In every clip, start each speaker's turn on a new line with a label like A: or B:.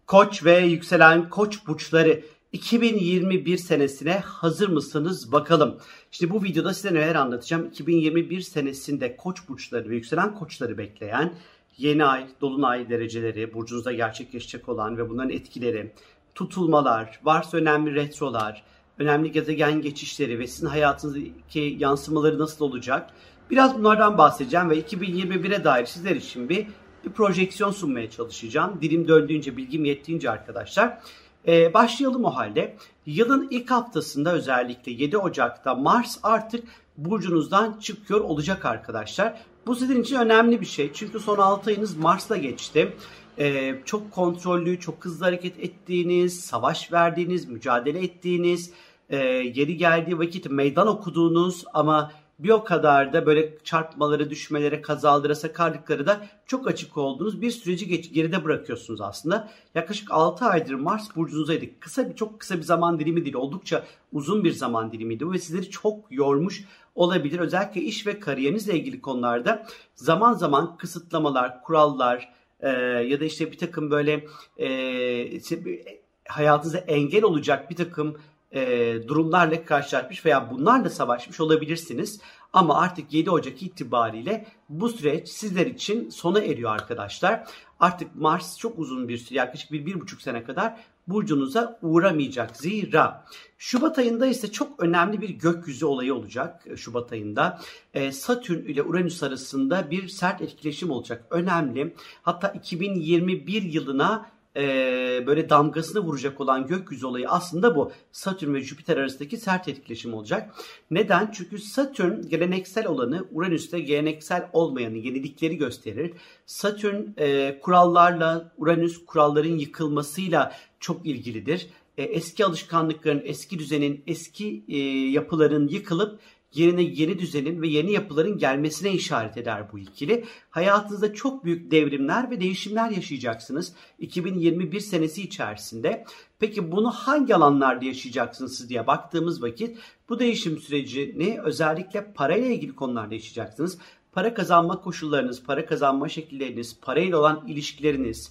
A: Koç ve yükselen Koç burçları 2021 senesine hazır mısınız bakalım. Şimdi bu videoda size neler anlatacağım. 2021 senesinde Koç burçları ve yükselen Koçları bekleyen yeni ay, dolunay dereceleri, burcunuzda gerçekleşecek olan ve bunların etkileri, tutulmalar, varsa önemli retrolar, önemli gezegen geçişleri ve sizin hayatınızdaki yansımaları nasıl olacak? Biraz bunlardan bahsedeceğim ve 2021'e dair sizler için bir projeksiyon sunmaya çalışacağım. Dilim döndüğünce, bilgim yettiğince arkadaşlar. Başlayalım o halde. Yılın ilk haftasında özellikle 7 Ocak'ta Mars artık burcunuzdan çıkıyor olacak arkadaşlar. Bu sizin için önemli bir şey. Çünkü son 6 ayınız Mars'la geçti. Çok kontrollü, çok hızlı hareket ettiğiniz, savaş verdiğiniz, mücadele ettiğiniz, yeri geldiği vakit meydan okuduğunuz ama bir o kadar da böyle çarpmaları, düşmelere, kazalara, sakarlıkları da çok açık olduğunuz bir süreci geride bırakıyorsunuz aslında. Yaklaşık 6 aydır Mars burcunuzdaydı. Çok kısa bir zaman dilimi değil, oldukça uzun bir zaman dilimiydi bu ve sizleri çok yormuş olabilir. Özellikle iş ve kariyerinizle ilgili konularda zaman zaman kısıtlamalar, kurallar ya da işte bir takım böyle hayatınıza engel olacak bir takım durumlarla karşılaşmış veya bunlarla savaşmış olabilirsiniz. Ama artık 7 Ocak itibariyle bu süreç sizler için sona eriyor arkadaşlar. Artık Mars çok uzun bir süre, yaklaşık 1-1,5 sene kadar burcunuza uğramayacak. Zira Şubat ayında ise çok önemli bir gökyüzü olayı olacak. Şubat ayında Satürn ile Uranüs arasında bir sert etkileşim olacak. Önemli. Hatta 2021 yılına böyle damgasını vuracak olan gökyüzü olayı aslında bu. Satürn ve Jüpiter arasındaki sert etkileşim olacak. Neden? Çünkü Satürn geleneksel olanı, Uranüs'te geleneksel olmayanı, yenilikleri gösterir. Satürn kurallarla, Uranüs kuralların yıkılmasıyla çok ilgilidir. Eski alışkanlıkların, eski düzenin, eski yapıların yıkılıp yerine yeni düzenin ve yeni yapıların gelmesine işaret eder bu ikili. Hayatınızda çok büyük devrimler ve değişimler yaşayacaksınız 2021 senesi içerisinde. Peki bunu hangi alanlarda yaşayacaksınız diye baktığımız vakit bu değişim sürecini özellikle parayla ilgili konularda yaşayacaksınız. Para kazanma koşullarınız, para kazanma şekilleriniz, parayla olan ilişkileriniz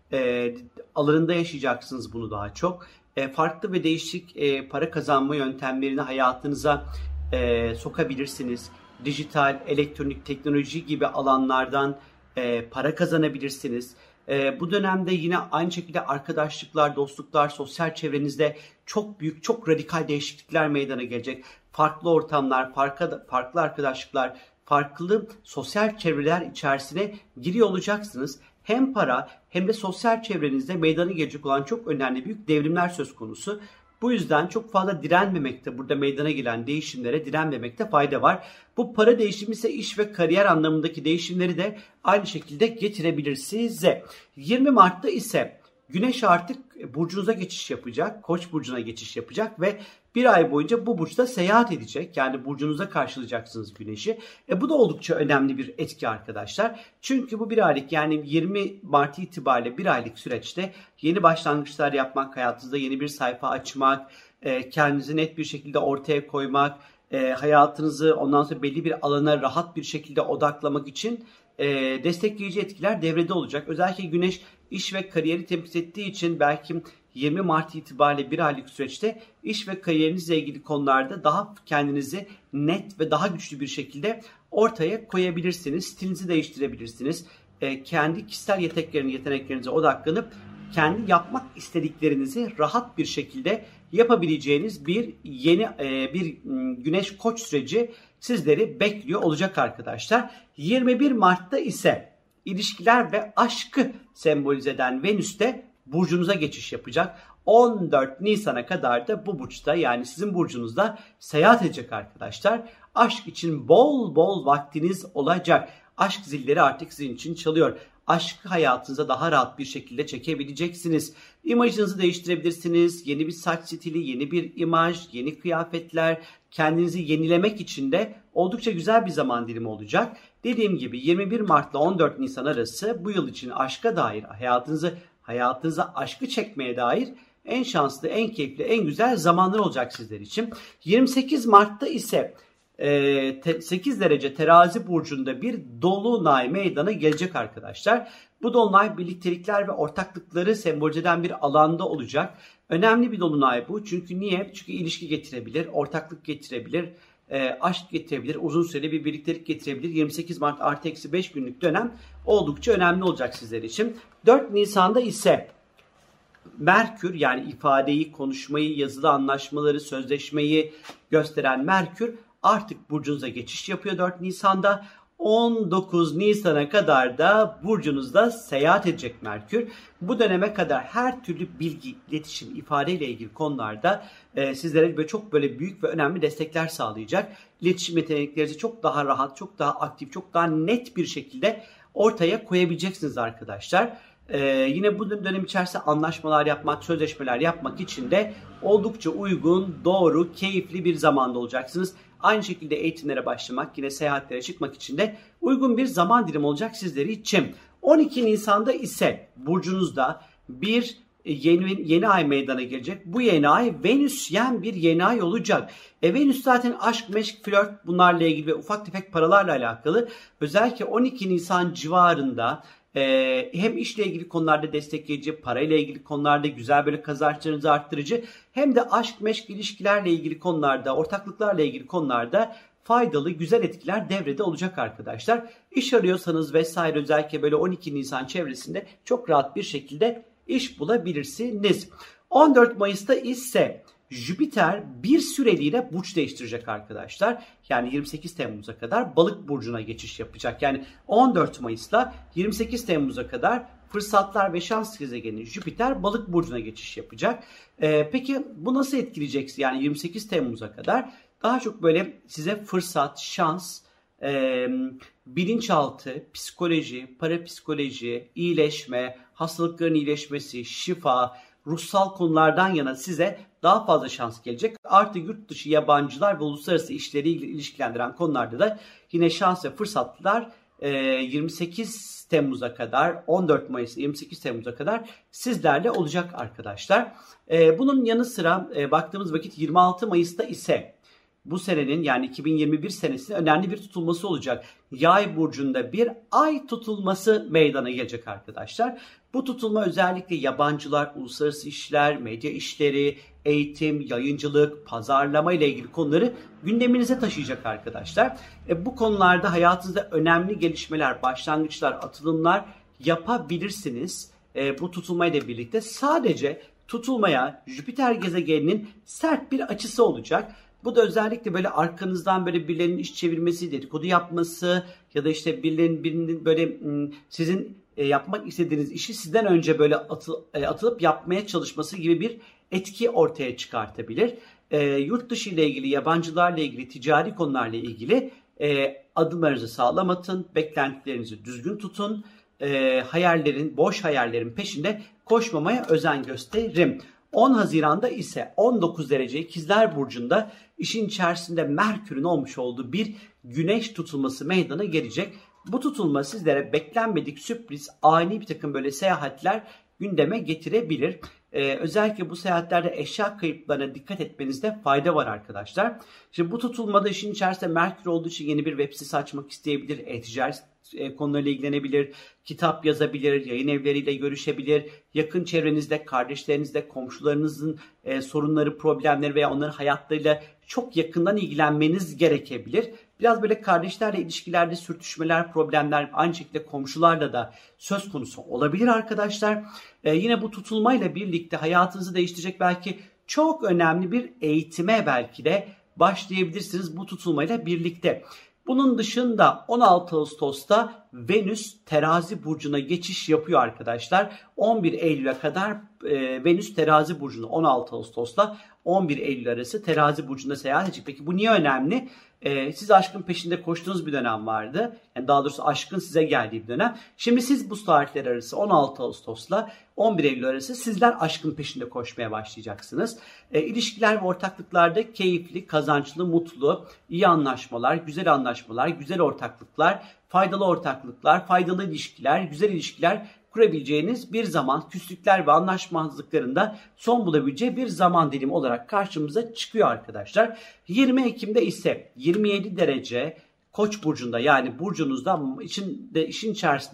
A: alanında yaşayacaksınız bunu daha çok. Farklı ve değişik para kazanma yöntemlerini hayatınıza sokabilirsiniz. Dijital, elektronik, teknoloji gibi alanlardan para kazanabilirsiniz. Bu dönemde yine aynı şekilde arkadaşlıklar, dostluklar, sosyal çevrenizde çok büyük, çok radikal değişiklikler meydana gelecek. Farklı ortamlar, farklı arkadaşlıklar, farklı sosyal çevreler içerisine giriyor olacaksınız. Hem para hem de sosyal çevrenizde meydana gelecek olan çok önemli büyük devrimler söz konusu. Bu yüzden çok fazla direnmemekte, burada meydana gelen değişimlere direnmemekte fayda var. Bu para değişimi ise iş ve kariyer anlamındaki değişimleri de aynı şekilde getirebilir size. 20 Mart'ta ise Güneş artık burcunuza geçiş yapacak, Koç burcuna geçiş yapacak ve bir ay boyunca bu burçta seyahat edecek. Yani burcunuza karşılayacaksınız Güneş'i. Bu da oldukça önemli bir etki arkadaşlar. Çünkü bu bir aylık, yani 20 Mart itibariyle bir aylık süreçte yeni başlangıçlar yapmak, hayatınızda yeni bir sayfa açmak, kendinizi net bir şekilde ortaya koymak, hayatınızı ondan sonra belli bir alana rahat bir şekilde odaklamak için destekleyici etkiler devrede olacak. Özellikle Güneş iş ve kariyeri temsil ettiği için belki 20 Mart itibariyle bir aylık süreçte iş ve kariyerinizle ilgili konularda daha kendinizi net ve daha güçlü bir şekilde ortaya koyabilirsiniz. Stilinizi değiştirebilirsiniz. Kendi kişisel yeteneklerinize odaklanıp kendi yapmak istediklerinizi rahat bir şekilde yapabileceğiniz bir Güneş Koç süreci sizleri bekliyor olacak arkadaşlar. 21 Mart'ta ise ilişkiler ve aşkı sembolize eden Venüs de burcunuza geçiş yapacak. 14 Nisan'a kadar da bu burçta, yani sizin burcunuzda seyahat edecek arkadaşlar. Aşk için bol bol vaktiniz olacak. Aşk zilleri artık sizin için çalıyor. Aşkı hayatınıza daha rahat bir şekilde çekebileceksiniz. İmajınızı değiştirebilirsiniz. Yeni bir saç stili, yeni bir imaj, yeni kıyafetler, kendinizi yenilemek için de oldukça güzel bir zaman dilimi olacak. Dediğim gibi 21 Mart ile 14 Nisan arası bu yıl için aşka dair, hayatınıza aşkı çekmeye dair en şanslı, en keyifli, en güzel zamanlar olacak sizler için. 28 Mart'ta ise 8 derece terazi burcunda bir dolunay meydana gelecek arkadaşlar. Bu dolunay birliktelikler ve ortaklıkları sembolize eden bir alanda olacak. Önemli bir dolunay bu. Çünkü niye? Çünkü ilişki getirebilir, ortaklık getirebilir, aşk getirebilir, uzun süreli bir birliktelik getirebilir. 28 Mart +5 günlük dönem oldukça önemli olacak sizler için. 4 Nisan'da ise Merkür, yani ifadeyi, konuşmayı, yazılı anlaşmaları, sözleşmeyi gösteren Merkür artık burcunuza geçiş yapıyor 4 Nisan'da. 19 Nisan'a kadar da burcunuzda seyahat edecek Merkür. Bu döneme kadar her türlü bilgi, iletişim, ifadeyle ilgili konularda sizlere çok büyük ve önemli destekler sağlayacak. İletişim yeteneklerinizi çok daha rahat, çok daha aktif, çok daha net bir şekilde ortaya koyabileceksiniz arkadaşlar. Yine bu dönem içerisinde anlaşmalar yapmak, sözleşmeler yapmak için de oldukça uygun, doğru, keyifli bir zamanda olacaksınız. Aynı şekilde eğitimlere başlamak, yine seyahatlere çıkmak için de uygun bir zaman dilimi olacak sizleri için. 12 Nisan'da ise burcunuzda bir yeni ay meydana gelecek. Bu yeni ay Venüsyen bir yeni ay olacak. Venüs zaten aşk, meşk, flört bunlarla ilgili ve ufak tefek paralarla alakalı. Özellikle 12 Nisan civarında hem işle ilgili konularda destekleyici, parayla ilgili konularda güzel kazançlarınızı arttırıcı, hem de aşk, meşk, ilişkilerle ilgili konularda, ortaklıklarla ilgili konularda faydalı, güzel etkiler devrede olacak arkadaşlar. İş arıyorsanız vesaire, özellikle 12 Nisan çevresinde çok rahat bir şekilde iş bulabilirsiniz. 14 Mayıs'ta ise Jüpiter bir süreliğine burç değiştirecek arkadaşlar. Yani 28 Temmuz'a kadar Balık burcuna geçiş yapacak. Yani 14 Mayıs'la 28 Temmuz'a kadar fırsatlar ve şans gezegeni Jüpiter Balık burcuna geçiş yapacak. Peki bu nasıl etkileyecek? Yani 28 Temmuz'a kadar daha çok size fırsat, şans, bilinçaltı, psikoloji, parapsikoloji, iyileşme, hastalıkların iyileşmesi, şifa, ruhsal konulardan yana size daha fazla şans gelecek. Artı yurt dışı, yabancılar ve uluslararası işleriyle ilişkilendiren konularda da yine şans ve fırsatlar 28 Temmuz'a kadar, 14 Mayıs 28 Temmuz'a kadar sizlerle olacak arkadaşlar. Bunun yanı sıra baktığımız vakit 26 Mayıs'ta ise bu senenin, yani 2021 senesinin önemli bir tutulması olacak. Yay burcunda bir ay tutulması meydana gelecek arkadaşlar. Bu tutulma özellikle yabancılar, uluslararası işler, medya işleri, eğitim, yayıncılık, pazarlama ile ilgili konuları gündeminize taşıyacak arkadaşlar. Bu konularda hayatınızda önemli gelişmeler, başlangıçlar, atılımlar yapabilirsiniz. Bu tutulmayla birlikte sadece tutulmaya Jüpiter gezegeninin sert bir açısı olacak. Bu da özellikle arkanızdan birilerinin iş çevirmesi, dedikodu yapması ya da birinin sizin yapmak istediğiniz işi sizden önce atılıp yapmaya çalışması gibi bir etki ortaya çıkartabilir. Yurt dışı ile ilgili, yabancılarla ilgili, ticari konularla ilgili adımlarınızı sağlam atın, beklentilerinizi düzgün tutun, boş hayallerin peşinde koşmamaya özen gösterin. 10 Haziran'da ise 19 derece İkizler Burcu'nda işin içerisinde Merkür'ün olmuş olduğu bir güneş tutulması meydana gelecek. Bu tutulma sizlere beklenmedik, sürpriz, ani bir takım seyahatler gündeme getirebilir. Özellikle bu seyahatlerde eşya kayıplarına dikkat etmenizde fayda var arkadaşlar. Şimdi bu tutulmada işin içerisinde Merkür olduğu için yeni bir web sitesi açmak isteyebilir, e-ticaret konularıyla ilgilenebilir, kitap yazabilir, yayın evleriyle görüşebilir, yakın çevrenizde, kardeşlerinizle, komşularınızın sorunları, problemleri veya onların hayatlarıyla çok yakından ilgilenmeniz gerekebilir. Biraz kardeşlerle ilişkilerde sürtüşmeler, problemler, aynı şekilde komşularla da söz konusu olabilir arkadaşlar. Yine bu tutulmayla birlikte hayatınızı değiştirecek belki çok önemli bir eğitime belki de başlayabilirsiniz bu tutulmayla birlikte. Bunun dışında 16 Ağustos'ta Venüs Terazi burcuna geçiş yapıyor arkadaşlar. 11 Eylül'e kadar Venüs Terazi burcuna, 16 Ağustos'la 11 Eylül arası Terazi burcunda seyahat edecek. Peki bu niye önemli? Siz aşkın peşinde koştuğunuz bir dönem vardı. Yani daha doğrusu aşkın size geldiği bir dönem. Şimdi siz bu tarihler arası 16 Ağustos'la 11 Eylül arası sizler aşkın peşinde koşmaya başlayacaksınız. İlişkiler ve ortaklıklarda keyifli, kazançlı, mutlu, iyi anlaşmalar, güzel ortaklıklar, faydalı ortaklıklar, faydalı ilişkiler, güzel ilişkiler kurabileceğiniz bir zaman, küslükler ve anlaşmazlıklarında son bulabileceği bir zaman dilimi olarak karşımıza çıkıyor arkadaşlar. 20 Ekim'de ise 27 derece Koç burcunda, yani burcunuzda işin içerisinde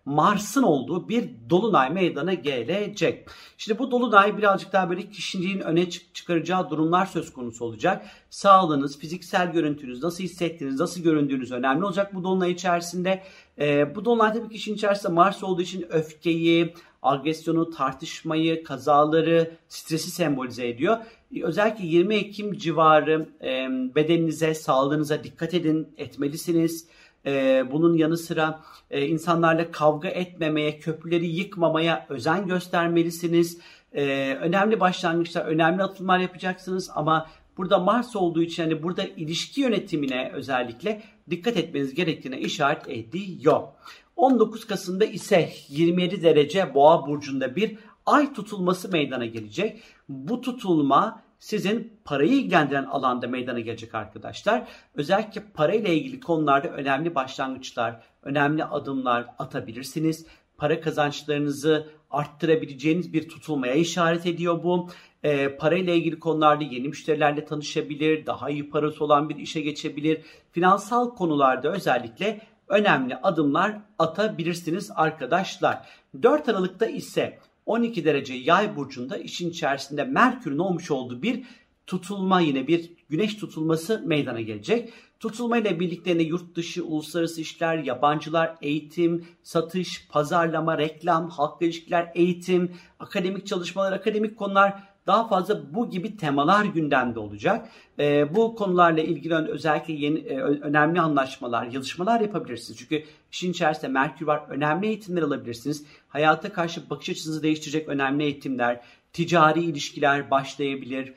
A: Mars'ın olduğu bir dolunay meydana gelecek. Şimdi bu dolunay birazcık daha böyle kişiliğin öne çıkaracağı durumlar söz konusu olacak. Sağlığınız, fiziksel görüntünüz, nasıl hissettiğiniz, nasıl göründüğünüz önemli olacak bu dolunay içerisinde. Bu dolunay tabii kişinin içerisinde Mars olduğu için öfkeyi, agresyonu, tartışmayı, kazaları, stresi sembolize ediyor. Özellikle 20 Ekim civarı bedeninize, sağlığınıza dikkat etmelisiniz. Bunun yanı sıra insanlarla kavga etmemeye, köprüleri yıkmamaya özen göstermelisiniz. Önemli başlangıçlar, önemli atılımlar yapacaksınız ama burada Mars olduğu için hani burada ilişki yönetimine özellikle dikkat etmeniz gerektiğine işaret ediyor. 19 Kasım'da ise 27 derece Boğa burcunda bir ay tutulması meydana gelecek. Bu tutulma sizin parayı ilgilendiren alanda meydana gelecek arkadaşlar. Özellikle parayla ilgili konularda önemli başlangıçlar, önemli adımlar atabilirsiniz. Para kazançlarınızı arttırabileceğiniz bir tutulmaya işaret ediyor bu. Parayla ilgili konularda yeni müşterilerle tanışabilir, daha iyi parası olan bir işe geçebilir. Finansal konularda özellikle önemli adımlar atabilirsiniz arkadaşlar. 4 Aralık'ta ise 12 derece Yay burcunda işin içerisinde Merkür'ün olmuş olduğu bir tutulma, yine bir güneş tutulması meydana gelecek. Tutulma ile birlikte yine yurt dışı, uluslararası işler, yabancılar, eğitim, satış, pazarlama, reklam, halkla ilişkiler, eğitim, akademik çalışmalar, akademik konular, daha fazla bu gibi temalar gündemde olacak. Bu konularla ilgili özellikle yeni önemli anlaşmalar, yazışmalar yapabilirsiniz. Çünkü işin içerisinde Merkür var. Önemli eğitimler alabilirsiniz. Hayata karşı bakış açınızı değiştirecek önemli eğitimler, ticari ilişkiler başlayabilir.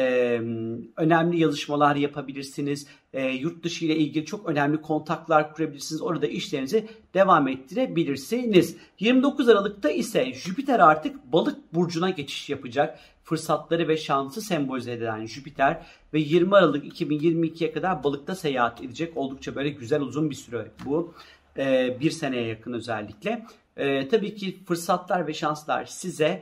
A: Önemli yazışmalar yapabilirsiniz. Yurt dışı ile ilgili çok önemli kontaklar kurabilirsiniz. Orada işlerinizi devam ettirebilirsiniz. 29 Aralık'ta ise Jüpiter artık Balık burcuna geçiş yapacak. Fırsatları ve şansı sembolize eden Jüpiter ve 20 Aralık 2022'ye kadar Balık'ta seyahat edecek. Oldukça böyle güzel, uzun bir süre bu. Bir seneye yakın özellikle. Tabii ki fırsatlar ve şanslar size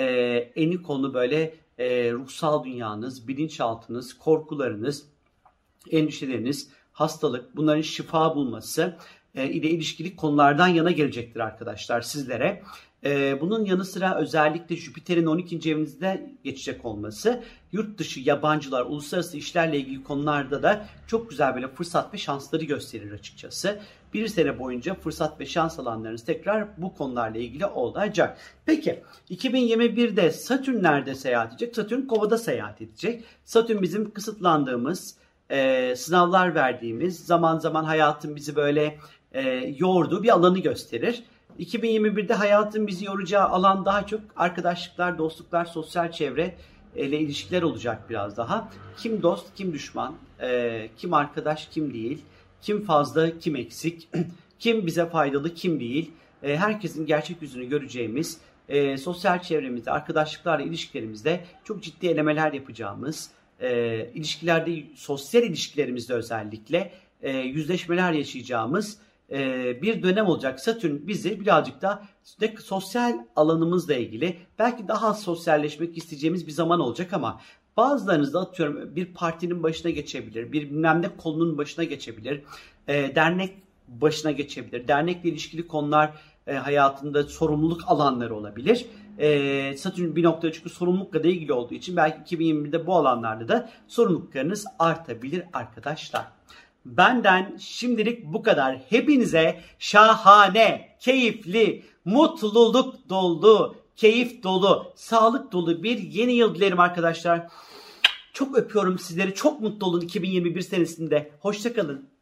A: eni konu böyle ruhsal dünyanız, bilinçaltınız, korkularınız, endişeleriniz, hastalık, bunların şifa bulması ile ilişkili konulardan yana gelecektir arkadaşlar sizlere. Bunun yanı sıra özellikle Jüpiter'in 12. evinizde geçecek olması yurt dışı, yabancılar, uluslararası işlerle ilgili konularda da çok güzel böyle fırsat ve şansları gösterir açıkçası. Bir sene boyunca fırsat ve şans alanlarınız tekrar bu konularla ilgili olacak. Peki 2021'de Satürn nerede seyahat edecek? Satürn Kova'da seyahat edecek. Satürn bizim kısıtlandığımız, sınavlar verdiğimiz, zaman zaman hayatın bizi böyle yorduğu bir alanı gösterir. 2021'de hayatın bizi yoracağı alan daha çok arkadaşlıklar, dostluklar, sosyal çevre ile ilişkiler olacak biraz daha. Kim dost, kim düşman, kim arkadaş, kim değil, kim fazla, kim eksik, kim bize faydalı, kim değil. Herkesin gerçek yüzünü göreceğimiz, sosyal çevremizde, arkadaşlıklarla ilişkilerimizde çok ciddi elemeler yapacağımız, ilişkilerde, sosyal ilişkilerimizde özellikle yüzleşmeler yaşayacağımız bir dönem olacak. Satürn bizi birazcık da sosyal alanımızla ilgili belki daha sosyalleşmek isteyeceğimiz bir zaman olacak ama bazılarınız da atıyorum bir partinin başına geçebilir, bir bilmem ne kolunun başına geçebilir, dernek başına geçebilir. Dernekle ilişkili konular hayatında sorumluluk alanları olabilir. Satürn bir noktada çünkü sorumlulukla da ilgili olduğu için belki 2021'de bu alanlarda da sorumluluklarınız artabilir arkadaşlar. Benden şimdilik bu kadar. Hepinize şahane, keyifli, mutluluk dolu, keyif dolu, sağlık dolu bir yeni yıl dilerim arkadaşlar. Çok öpüyorum sizleri. Çok mutlu olun 2021 senesinde. Hoşça kalın.